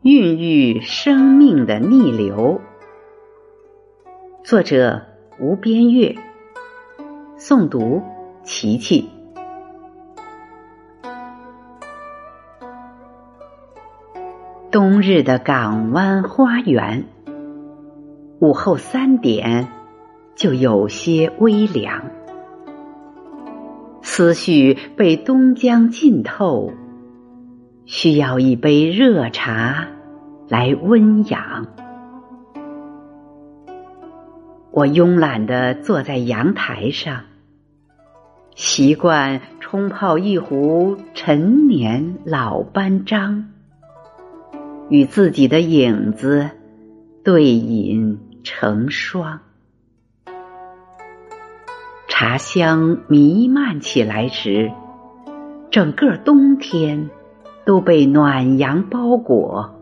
孕育生命的逆流。作者吴边月，诵读琪琪。冬日的港湾花园，午后3点就有些微凉，思绪被东江浸透，需要一杯热茶来温养。我慵懒地坐在阳台上，习惯冲泡一壶陈年老班章，与自己的影子对饮成双。茶香弥漫起来时，整个冬天都被暖阳包裹。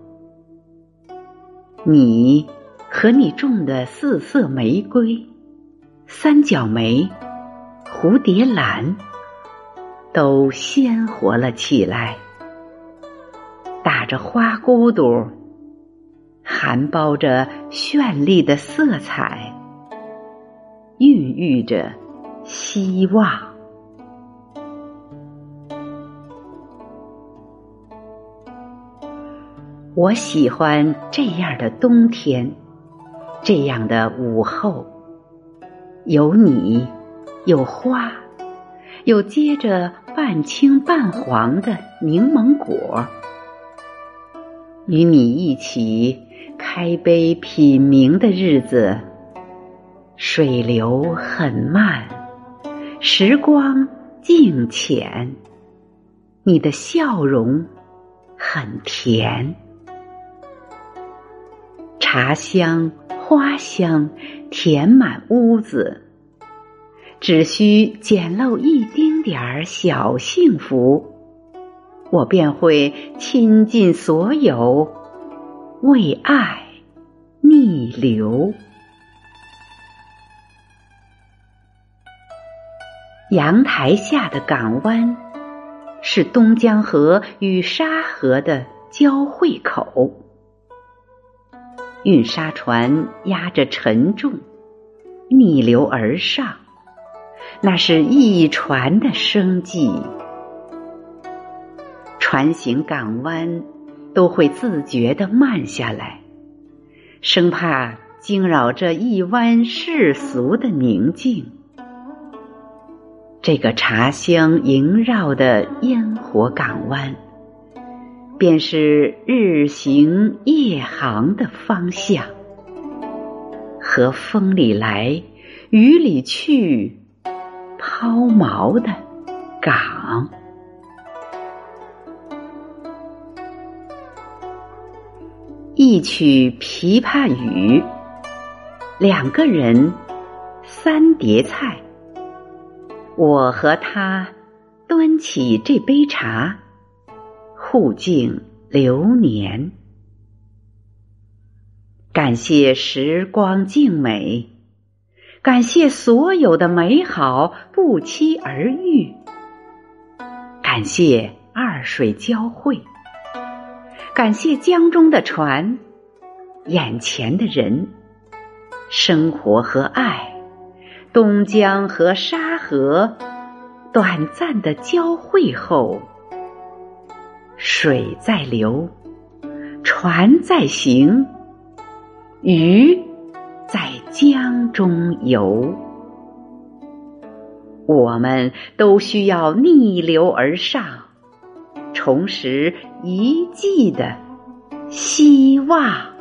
你和你种的4色玫瑰、三角梅、蝴蝶兰都鲜活了起来，打着花骨朵，含包着绚丽的色彩，孕育着希望。我喜欢这样的冬天，这样的午后，有你，有花，有结着半青半黄的柠檬果，与你一起开杯品茗的日子，水流很慢，时光静浅，你的笑容很甜。茶香、花香填满屋子，只需捡漏一丁点儿小幸福，我便会倾尽所有，为爱逆流。阳台下的港湾是东江河与沙河的交汇口，运沙船压着沉重，逆流而上，那是一船的生计。船行港湾都会自觉地慢下来，生怕惊扰这一湾世俗的宁静。这个茶香萦绕的烟火港湾，便是日行夜航的方向，和风里来雨里去抛锚的港。一曲琵琶语，2个人，3碟菜。我和他端起这杯茶，互敬流年。感谢时光静美，感谢所有的美好不期而遇，感谢二水交汇，感谢江中的船，眼前的人，生活和爱，东江和沙河短暂的交汇后，水在流，船在行，鱼在江中游。我们都需要逆流而上，重拾一季的希望。